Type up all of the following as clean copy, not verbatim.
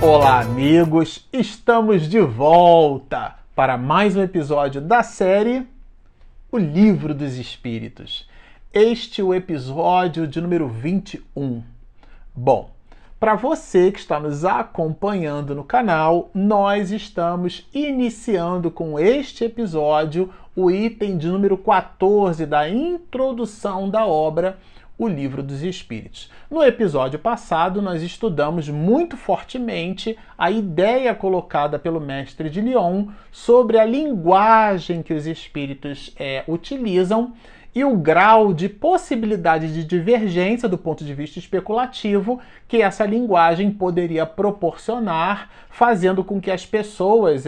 Olá, amigos! Estamos de volta para mais um episódio da série O Livro dos Espíritos. Este é o episódio de número 21. Bom, para você que está nos acompanhando no canal, nós estamos iniciando com este episódio o item de número 14 da introdução da obra O Livro dos Espíritos. No episódio passado, nós estudamos muito fortemente a ideia colocada pelo mestre de Lyon sobre a linguagem que os espíritos utilizam e o grau de possibilidade de divergência do ponto de vista especulativo que essa linguagem poderia proporcionar, fazendo com que as pessoas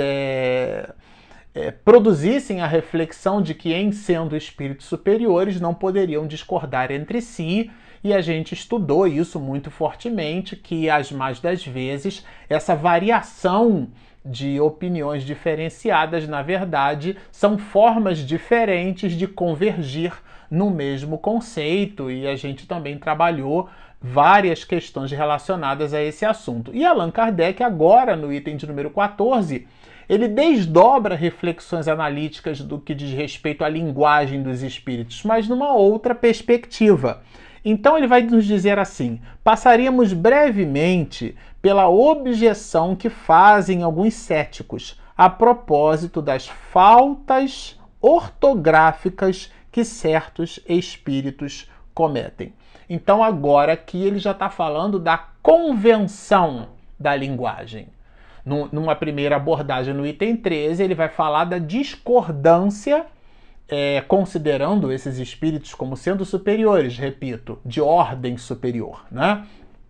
produzissem a reflexão de que, em sendo espíritos superiores, não poderiam discordar entre si, e a gente estudou isso muito fortemente, que as mais das vezes essa variação de opiniões diferenciadas, na verdade, são formas diferentes de convergir no mesmo conceito, e a gente também trabalhou várias questões relacionadas a esse assunto. E Allan Kardec, agora no item de número 14, ele desdobra reflexões analíticas do que diz respeito à linguagem dos espíritos, mas numa outra perspectiva. Então ele vai nos dizer assim: passaríamos brevemente pela objeção que fazem alguns céticos a propósito das faltas ortográficas que certos espíritos cometem. Então agora aqui ele já está falando da convenção da linguagem. Numa primeira abordagem no item 13, ele vai falar da discordância, considerando esses espíritos como sendo superiores, repito, de ordem superior, né?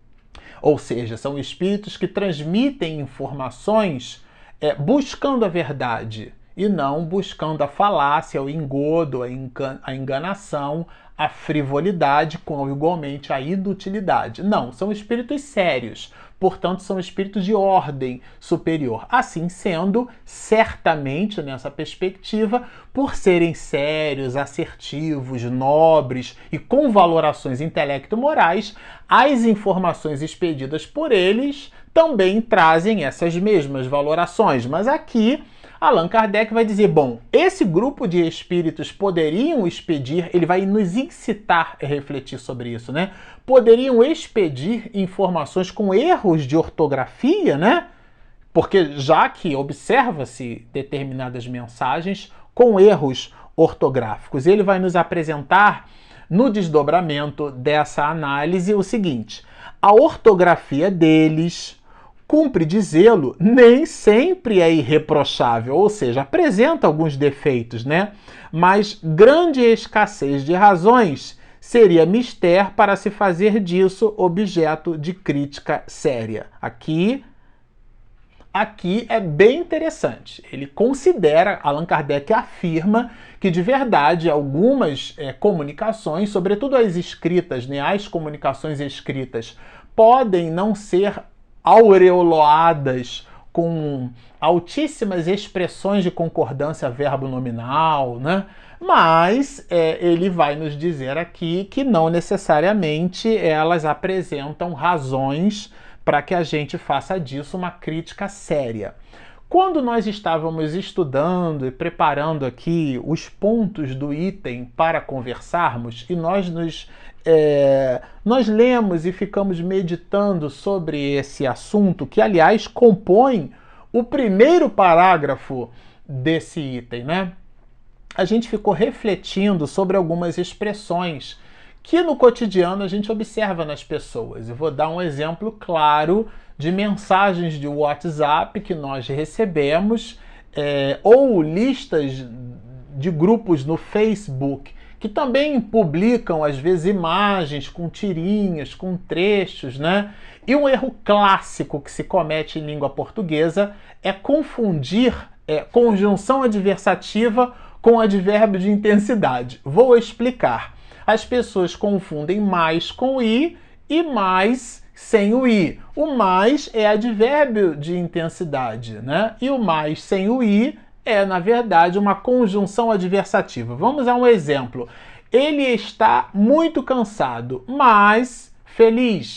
Ou seja, são espíritos que transmitem informações buscando a verdade e não buscando a falácia, o engodo, a enganação, a frivolidade, com igualmente a inutilidade. Não, são espíritos sérios, portanto são espíritos de ordem superior. Assim sendo, certamente nessa perspectiva, por serem sérios, assertivos, nobres e com valorações intelecto-morais, as informações expedidas por eles também trazem essas mesmas valorações. Mas aqui Allan Kardec vai dizer, bom, esse grupo de espíritos poderiam expedir, ele vai nos incitar a refletir sobre isso, né? Poderiam expedir informações com erros de ortografia, né? Porque já que observa-se determinadas mensagens com erros ortográficos. Ele vai nos apresentar, no desdobramento dessa análise, o seguinte: a ortografia deles, cumpre dizê-lo, nem sempre é irreprochável, ou seja, apresenta alguns defeitos, né? Mas grande escassez de razões seria mister para se fazer disso objeto de crítica séria. Aqui é bem interessante. Ele considera, Allan Kardec afirma que de verdade algumas comunicações, sobretudo as escritas, né, as comunicações escritas, podem não ser aureoladas com altíssimas expressões de concordância verbo-nominal, né? Mas ele vai nos dizer aqui que não necessariamente elas apresentam razões para que a gente faça disso uma crítica séria. Quando nós estávamos estudando e preparando aqui os pontos do item para conversarmos, e nós lemos e ficamos meditando sobre esse assunto, que aliás compõe o primeiro parágrafo desse item, né? A gente ficou refletindo sobre algumas expressões que no cotidiano a gente observa nas pessoas. Eu vou dar um exemplo claro de mensagens de WhatsApp que nós recebemos, ou listas de grupos no Facebook, que também publicam, às vezes, imagens com tirinhas, com trechos, né? E um erro clássico que se comete em língua portuguesa é confundir conjunção adversativa com advérbio de intensidade. Vou explicar. As pessoas confundem mais com i e mais sem o i. O mais é advérbio de intensidade, né? E o mais sem o i é, na verdade, uma conjunção adversativa. Vamos a um exemplo. Ele está muito cansado, mas feliz.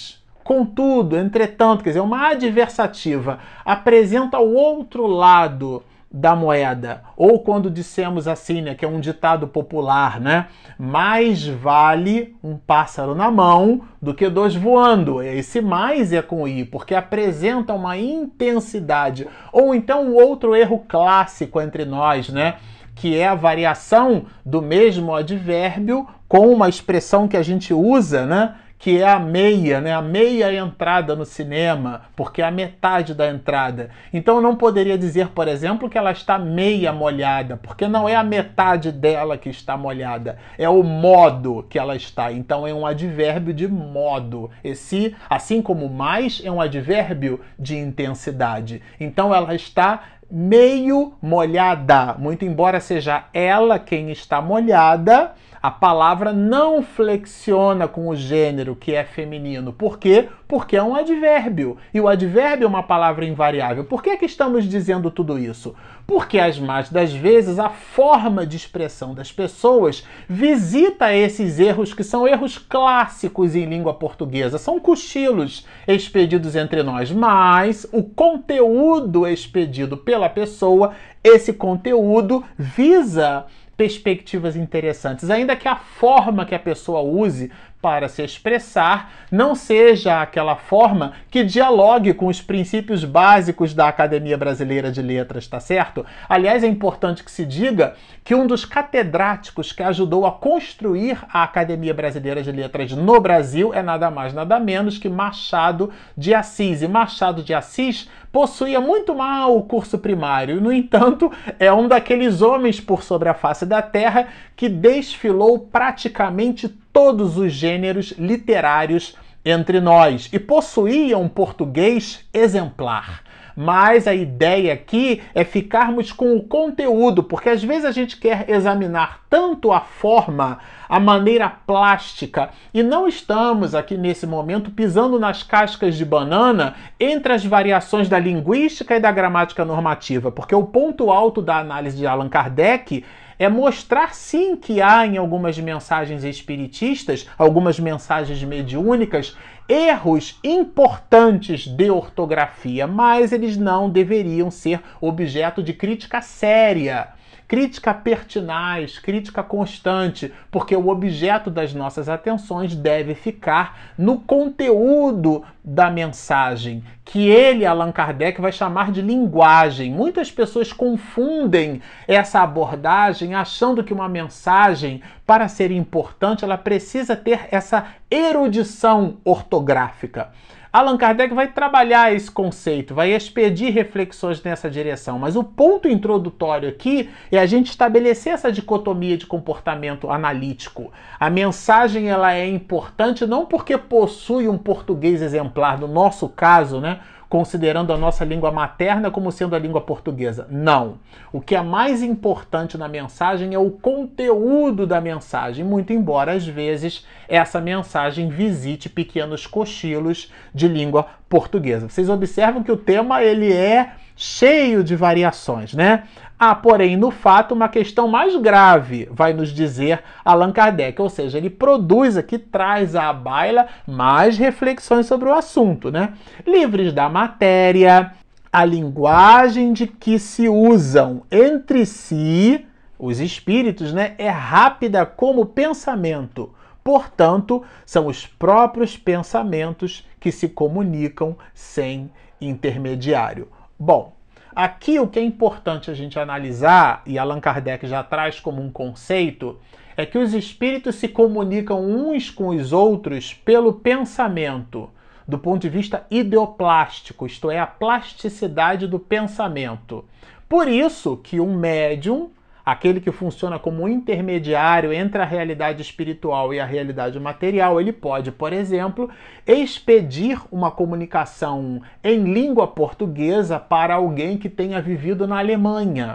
contudo, entretanto, quer dizer, uma adversativa apresenta o outro lado da moeda. Ou quando dissemos assim, né, que é um ditado popular, né? Mais vale um pássaro na mão do que dois voando. Esse mais é com i, porque apresenta uma intensidade. Ou então o outro erro clássico entre nós, né? Que é a variação do mesmo advérbio com uma expressão que a gente usa, né? Que é a meia, né? A meia entrada no cinema, porque é a metade da entrada. Então eu não poderia dizer, por exemplo, que ela está meia molhada, porque não é a metade dela que está molhada, é o modo que ela está. Então é um advérbio de modo. Esse, assim como mais, é um advérbio de intensidade. Então ela está meio molhada, muito embora seja ela quem está molhada. A palavra não flexiona com o gênero, que é feminino. Por quê? Porque é um advérbio. E o advérbio é uma palavra invariável. Por que estamos dizendo tudo isso? Porque, as mais das vezes, a forma de expressão das pessoas visita esses erros que são erros clássicos em língua portuguesa. São cochilos expedidos entre nós. Mas o conteúdo expedido pela pessoa, esse conteúdo visa perspectivas interessantes, ainda que a forma que a pessoa use para se expressar não seja aquela forma que dialogue com os princípios básicos da Academia Brasileira de Letras, tá certo? Aliás, é importante que se diga que um dos catedráticos que ajudou a construir a Academia Brasileira de Letras no Brasil é nada mais, nada menos que Machado de Assis. E Machado de Assis possuía muito mal o curso primário. No entanto, é um daqueles homens por sobre a face da Terra que desfilou praticamente todos os gêneros literários entre nós e possuía um português exemplar. Mas a ideia aqui é ficarmos com o conteúdo, porque às vezes a gente quer examinar tanto a forma, a maneira plástica, e não estamos aqui nesse momento pisando nas cascas de banana entre as variações da linguística e da gramática normativa, porque o ponto alto da análise de Allan Kardec é mostrar sim que há em algumas mensagens espiritistas, algumas mensagens mediúnicas, erros importantes de ortografia, mas eles não deveriam ser objeto de crítica séria, crítica pertinaz, crítica constante, porque o objeto das nossas atenções deve ficar no conteúdo da mensagem, que ele, Allan Kardec, vai chamar de linguagem. Muitas pessoas confundem essa abordagem achando que uma mensagem, para ser importante, ela precisa ter essa erudição ortográfica. Allan Kardec vai trabalhar esse conceito, vai expedir reflexões nessa direção, mas o ponto introdutório aqui é a gente estabelecer essa dicotomia de comportamento analítico. A mensagem ela é importante não porque possui um português exemplar, no nosso caso, né? Considerando a nossa língua materna como sendo a língua portuguesa. Não. O que é mais importante na mensagem é o conteúdo da mensagem, muito embora, às vezes, essa mensagem visite pequenos cochilos de língua portuguesa. Vocês observam que o tema ele é cheio de variações, né? Há, porém, no fato, uma questão mais grave, vai nos dizer Allan Kardec, ou seja, ele produz aqui, traz à baila mais reflexões sobre o assunto, né? Livres da matéria, a linguagem de que se usam entre si, os espíritos, né, é rápida como o pensamento. Portanto, são os próprios pensamentos que se comunicam sem intermediário. Bom, aqui o que é importante a gente analisar, e Allan Kardec já traz como um conceito, é que os espíritos se comunicam uns com os outros pelo pensamento, do ponto de vista ideoplástico, isto é, a plasticidade do pensamento. Por isso que um médium, aquele que funciona como um intermediário entre a realidade espiritual e a realidade material, ele pode, por exemplo, expedir uma comunicação em língua portuguesa para alguém que tenha vivido na Alemanha.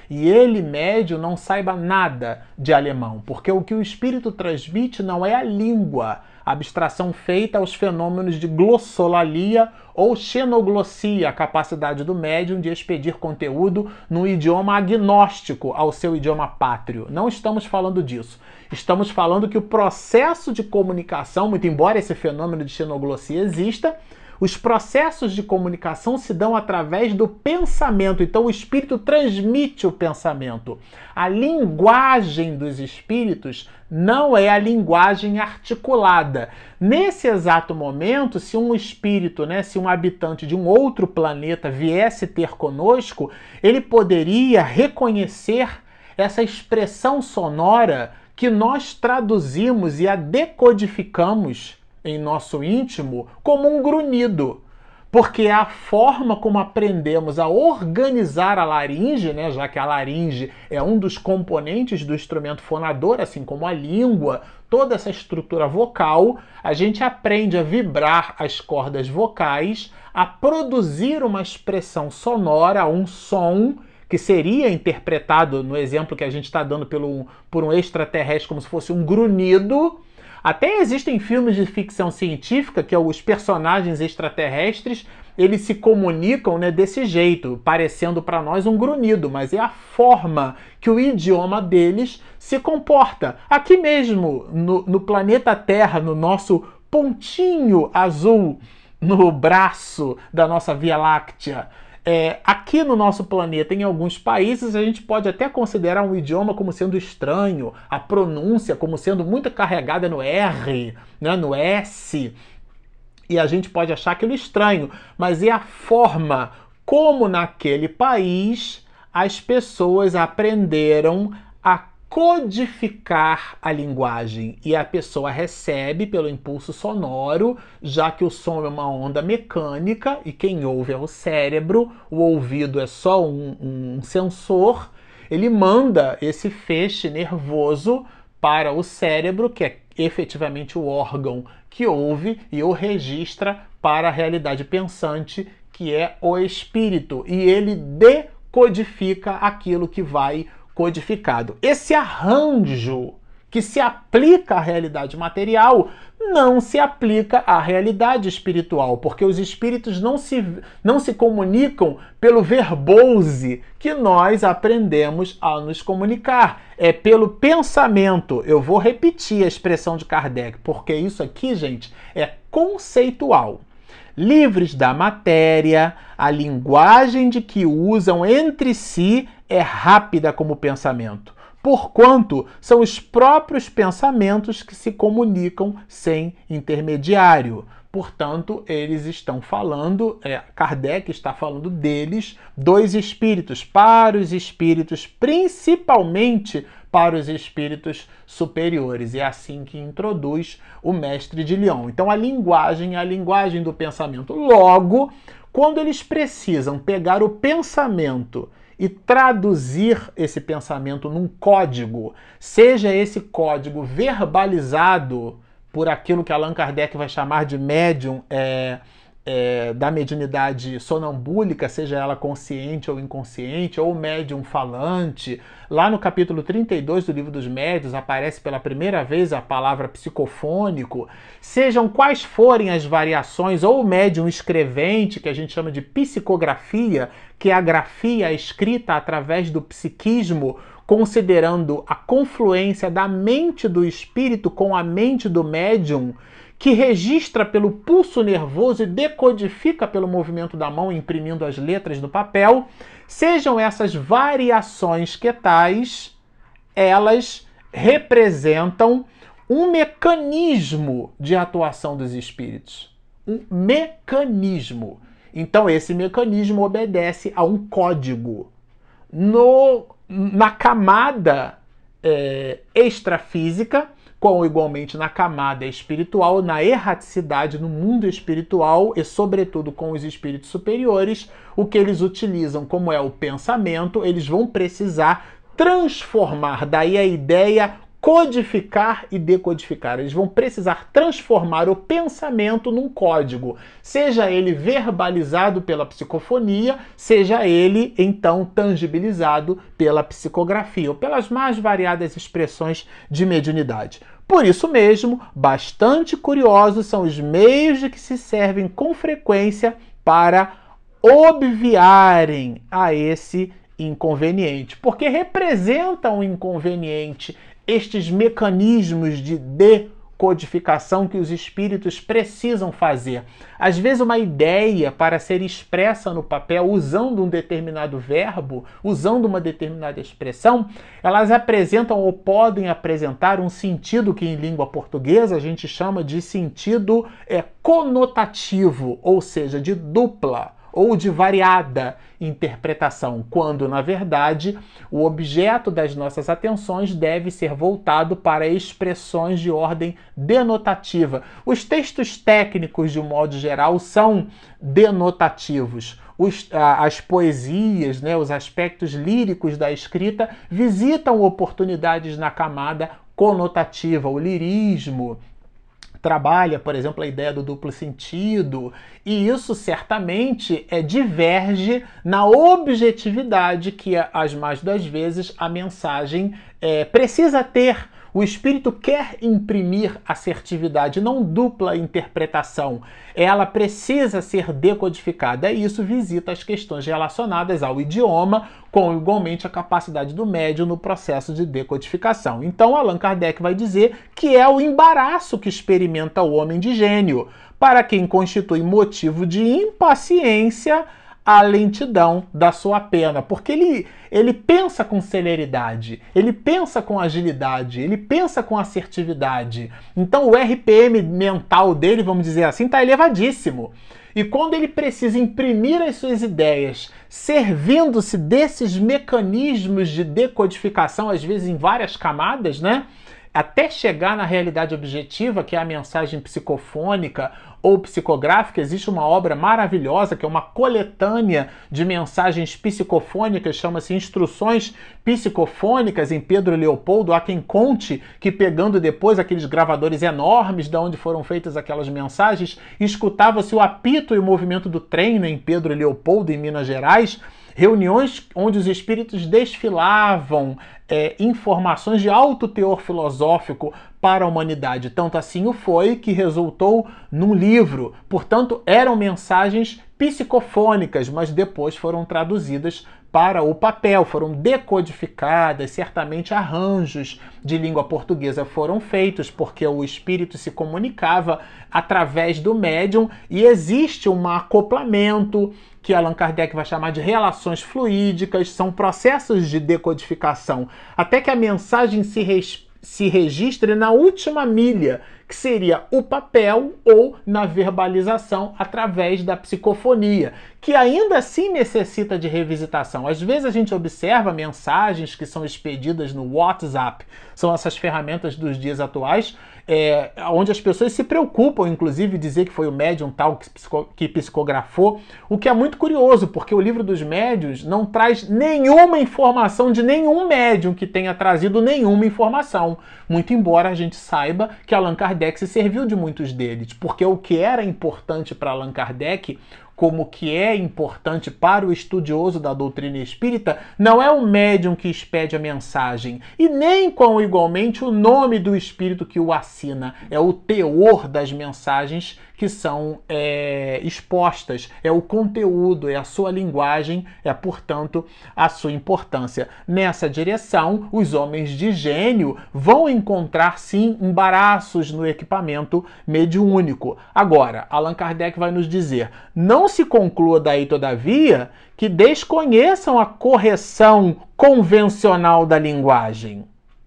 e ele, médium, não saiba nada de alemão, porque o que o espírito transmite não é a língua, abstração feita aos fenômenos de glossolalia ou xenoglossia, a capacidade do médium de expedir conteúdo num idioma agnóstico ao seu idioma pátrio. Não estamos falando disso. Estamos falando que o processo de comunicação, muito embora esse fenômeno de xenoglossia exista, os processos de comunicação se dão através do pensamento. Então o espírito transmite o pensamento. A linguagem dos espíritos não é a linguagem articulada. Nesse exato momento, se um espírito, se um habitante de um outro planeta viesse ter conosco, ele poderia reconhecer essa expressão sonora que nós traduzimos e a decodificamos em nosso íntimo como um grunhido, porque é a forma como aprendemos a organizar a laringe, já que a laringe é um dos componentes do instrumento fonador, assim como a língua, toda essa estrutura vocal, a gente aprende a vibrar as cordas vocais, a produzir uma expressão sonora, um som, que seria interpretado, no exemplo que a gente está dando por um extraterrestre, como se fosse um grunhido. Até existem filmes de ficção científica que os personagens extraterrestres, eles se comunicam desse jeito, parecendo para nós um grunhido, mas é a forma que o idioma deles se comporta. Aqui mesmo, no planeta Terra, no nosso pontinho azul, no braço da nossa Via Láctea, aqui no nosso planeta, em alguns países, a gente pode até considerar um idioma como sendo estranho, a pronúncia como sendo muito carregada no R, no S, e a gente pode achar aquilo estranho, mas é a forma como naquele país as pessoas aprenderam a codificar a linguagem, e a pessoa recebe pelo impulso sonoro, já que o som é uma onda mecânica e quem ouve é o cérebro, o ouvido é só um sensor, ele manda esse feixe nervoso para o cérebro, que é efetivamente o órgão que ouve, e o registra para a realidade pensante, que é o espírito, e ele decodifica aquilo que vai codificado. Esse arranjo que se aplica à realidade material não se aplica à realidade espiritual, porque os espíritos não se comunicam pelo verbose que nós aprendemos a nos comunicar. É pelo pensamento. Eu vou repetir a expressão de Kardec, porque isso aqui, gente, é conceitual. Livres da matéria, a linguagem de que usam entre si é rápida como o pensamento, porquanto são os próprios pensamentos que se comunicam sem intermediário. Portanto, eles estão falando, Kardec está falando deles, dos espíritos, para os espíritos, principalmente para os espíritos superiores. É assim que introduz o Mestre de Lyon. Então a linguagem é a linguagem do pensamento. Logo, quando eles precisam pegar o pensamento e traduzir esse pensamento num código, seja esse código verbalizado por aquilo que Allan Kardec vai chamar de médium da mediunidade sonambúlica, seja ela consciente ou inconsciente, ou médium falante. Lá no capítulo 32 do Livro dos Médiuns aparece pela primeira vez a palavra psicofônico. Sejam quais forem as variações, ou médium escrevente, que a gente chama de psicografia, que é a grafia escrita através do psiquismo, considerando a confluência da mente do espírito com a mente do médium, que registra pelo pulso nervoso e decodifica pelo movimento da mão, imprimindo as letras no papel. Sejam essas variações que tais, elas representam um mecanismo de atuação dos espíritos. Um mecanismo. Então esse mecanismo obedece a um código. Na camada extrafísica, como igualmente na camada espiritual, na erraticidade, no mundo espiritual e sobretudo com os espíritos superiores, o que eles utilizam, como é o pensamento, eles vão precisar transformar, daí a ideia codificar e decodificar. Eles vão precisar transformar o pensamento num código, seja ele verbalizado pela psicofonia, seja ele, então, tangibilizado pela psicografia, ou pelas mais variadas expressões de mediunidade. Por isso mesmo, bastante curiosos são os meios de que se servem com frequência para obviarem a esse inconveniente, porque representam um inconveniente estes mecanismos de decodificação que os espíritos precisam fazer. Às vezes uma ideia, para ser expressa no papel usando um determinado verbo, usando uma determinada expressão, elas apresentam ou podem apresentar um sentido que em língua portuguesa a gente chama de sentido conotativo, ou seja, de dupla ou de variada interpretação, quando, na verdade, o objeto das nossas atenções deve ser voltado para expressões de ordem denotativa. Os textos técnicos, de um modo geral, são denotativos. As poesias, os aspectos líricos da escrita visitam oportunidades na camada conotativa, o lirismo trabalha, por exemplo, a ideia do duplo sentido, e isso certamente diverge na objetividade que, as mais das vezes, a mensagem precisa ter. O espírito quer imprimir assertividade, não dupla interpretação. Ela precisa ser decodificada, e isso visita as questões relacionadas ao idioma, com igualmente a capacidade do médium no processo de decodificação. Então Allan Kardec vai dizer que é o embaraço que experimenta o homem de gênio, para quem constitui motivo de impaciência a lentidão da sua pena, porque ele pensa com celeridade, ele pensa com agilidade, ele pensa com assertividade. Então o RPM mental dele, vamos dizer assim, está elevadíssimo. E quando ele precisa imprimir as suas ideias, servindo-se desses mecanismos de decodificação, às vezes em várias camadas, até chegar na realidade objetiva, que é a mensagem psicofônica ou psicográfica, existe uma obra maravilhosa, que é uma coletânea de mensagens psicofônicas, chama-se Instruções Psicofônicas, em Pedro Leopoldo. Há quem conte que, pegando depois aqueles gravadores enormes de onde foram feitas aquelas mensagens, escutava-se o apito e o movimento do trem, em Pedro Leopoldo, em Minas Gerais, reuniões onde os espíritos desfilavam informações de alto teor filosófico para a humanidade. Tanto assim o foi que resultou num livro. Portanto, eram mensagens psicofônicas, mas depois foram traduzidas para o papel, foram decodificadas, certamente arranjos de língua portuguesa foram feitos, porque o espírito se comunicava através do médium, e existe um acoplamento que Allan Kardec vai chamar de relações fluídicas, são processos de decodificação, até que a mensagem se registre na última milha, que seria o papel, ou na verbalização através da psicofonia, que ainda assim necessita de revisitação. Às vezes a gente observa mensagens que são expedidas no WhatsApp, são essas ferramentas dos dias atuais, onde as pessoas se preocupam, inclusive, dizer que foi o médium tal que psicografou, o que é muito curioso, porque o livro dos médiuns não traz nenhuma informação de nenhum médium que tenha trazido nenhuma informação, muito embora a gente saiba que Allan Kardec se serviu de muitos deles, porque o que era importante para Allan Kardec, como que é importante para o estudioso da doutrina espírita, não é o médium que expede a mensagem, e nem com igualmente o nome do espírito que o assina, é o teor das mensagens que são expostas, é o conteúdo, é a sua linguagem, portanto, a sua importância. Nessa direção, os homens de gênio vão encontrar, sim, embaraços no equipamento mediúnico. Agora, Allan Kardec vai nos dizer, não se conclua daí, todavia, que desconheçam a correção convencional da linguagem.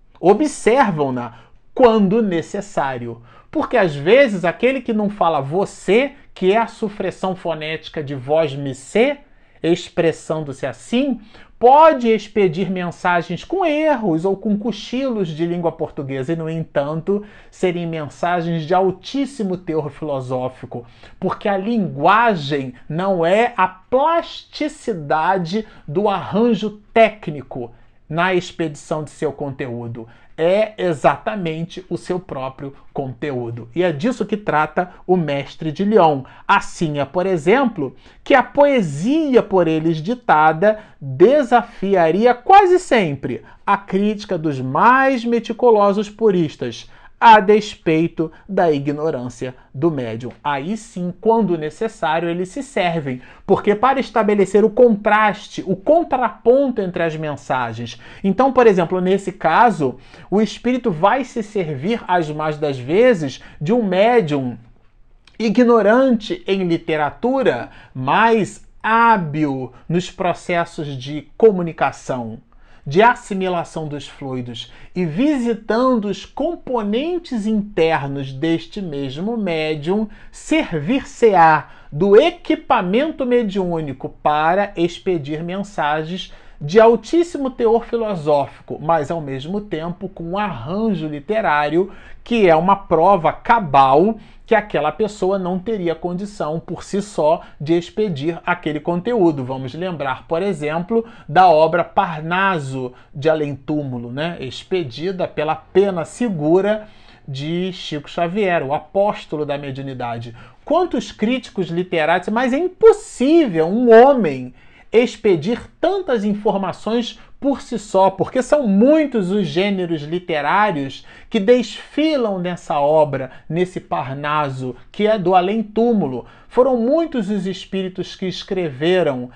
Observam-na quando necessário. Porque às vezes aquele que não fala você, que é a supressão fonética de vós-me-se, expressando-se assim, pode expedir mensagens com erros ou com cochilos de língua portuguesa e, no entanto, serem mensagens de altíssimo teor filosófico, porque a linguagem não é a plasticidade do arranjo técnico, na expedição de seu conteúdo. É exatamente o seu próprio conteúdo. E é disso que trata o Mestre de Lyon. Assim é, por exemplo, que a poesia por eles ditada desafiaria quase sempre a crítica dos mais meticulosos puristas, a despeito da ignorância do médium. Aí sim, quando necessário, eles se servem, porque para estabelecer o contraste, o contraponto entre as mensagens. Então, por exemplo, nesse caso, o espírito vai se servir, as mais das vezes, de um médium ignorante em literatura, mas hábil nos processos de comunicação, de assimilação dos fluidos, e visitando os componentes internos deste mesmo médium, servir-se-á do equipamento mediúnico para expedir mensagens de altíssimo teor filosófico, mas ao mesmo tempo com um arranjo literário que é uma prova cabal que aquela pessoa não teria condição por si só de expedir aquele conteúdo. Vamos lembrar, por exemplo, da obra Parnaso de Além Túmulo, né? Expedida pela pena segura de Chico Xavier, o apóstolo da mediunidade. Quantos críticos literários, mas é impossível um homem expedir tantas informações por si só, porque são muitos os gêneros literários que desfilam nessa obra, nesse Parnaso, que é do Além Túmulo. Foram muitos os espíritos que escreveram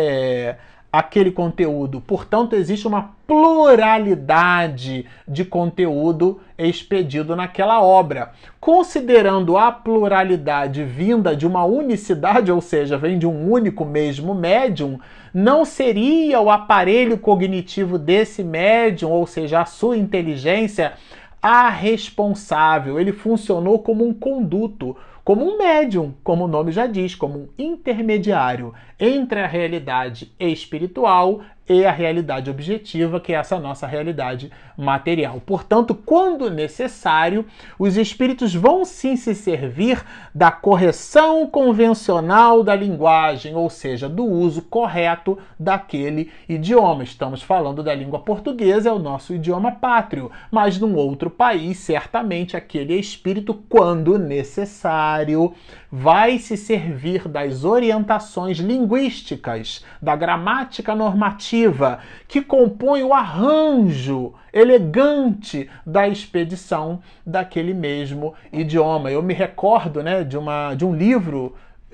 aquele conteúdo. Portanto, existe uma pluralidade de conteúdo expedido naquela obra. Considerando a pluralidade vinda de uma unicidade, ou seja, vem de um único mesmo médium, não seria o aparelho cognitivo desse médium, ou seja, a sua inteligência, a responsável. Ele funcionou como um conduto, como um médium, como o nome já diz, como um intermediário entre a realidade espiritual e a realidade objetiva, que é essa nossa realidade material. Portanto, quando necessário, os espíritos vão sim se servir da correção convencional da linguagem, ou seja, do uso correto daquele idioma. Estamos falando da língua portuguesa, é o nosso idioma pátrio, mas num outro país, certamente aquele espírito, quando necessário, vai se servir das orientações linguísticas, da gramática normativa, que compõe o arranjo elegante da expedição daquele mesmo idioma. Eu me recordo, né, de um livro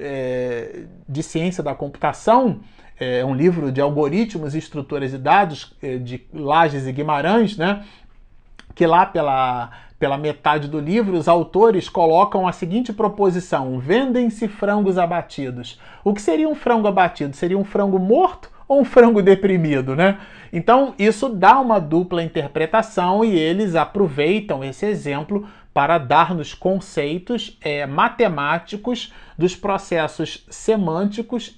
de ciência da computação, um livro de algoritmos, estruturas e dados, de Lages e Guimarães, né, que lá pela metade do livro, os autores colocam a seguinte proposição: vendem-se frangos abatidos. O que seria um frango abatido? Seria um frango morto ou um frango deprimido, né? Então, isso dá uma dupla interpretação e eles aproveitam esse exemplo para dar-nos conceitos matemáticos dos processos semânticos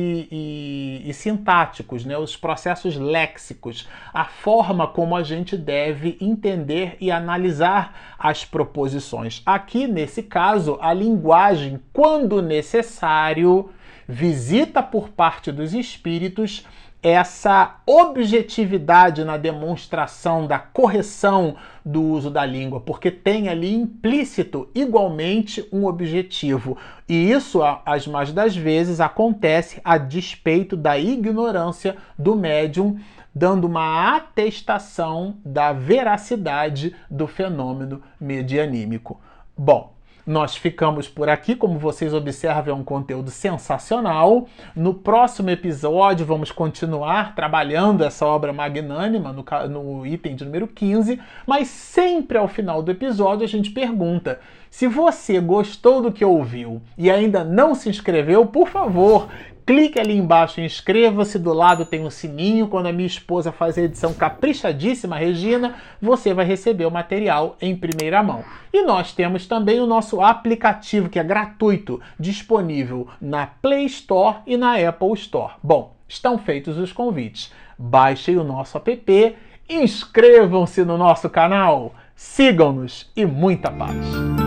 e sintáticos, né? Os processos léxicos, a forma como a gente deve entender e analisar as proposições. Aqui, nesse caso, a linguagem, quando necessário, visita por parte dos espíritos essa objetividade na demonstração da correção do uso da língua, porque tem ali implícito igualmente um objetivo. E isso, as mais das vezes, acontece a despeito da ignorância do médium, dando uma atestação da veracidade do fenômeno medianímico. Bom, nós ficamos por aqui. Como vocês observam, é um conteúdo sensacional. No próximo episódio vamos continuar trabalhando essa obra magnânima no item de número 15, mas sempre ao final do episódio a gente pergunta: se você gostou do que ouviu e ainda não se inscreveu, por favor, clique ali embaixo e inscreva-se. Do lado tem um sininho. Quando a minha esposa faz a edição caprichadíssima, Regina, você vai receber o material em primeira mão. E nós temos também o nosso aplicativo, que é gratuito, disponível na Play Store e na Apple Store. Bom, estão feitos os convites. Baixem o nosso app, inscrevam-se no nosso canal, sigam-nos e muita paz!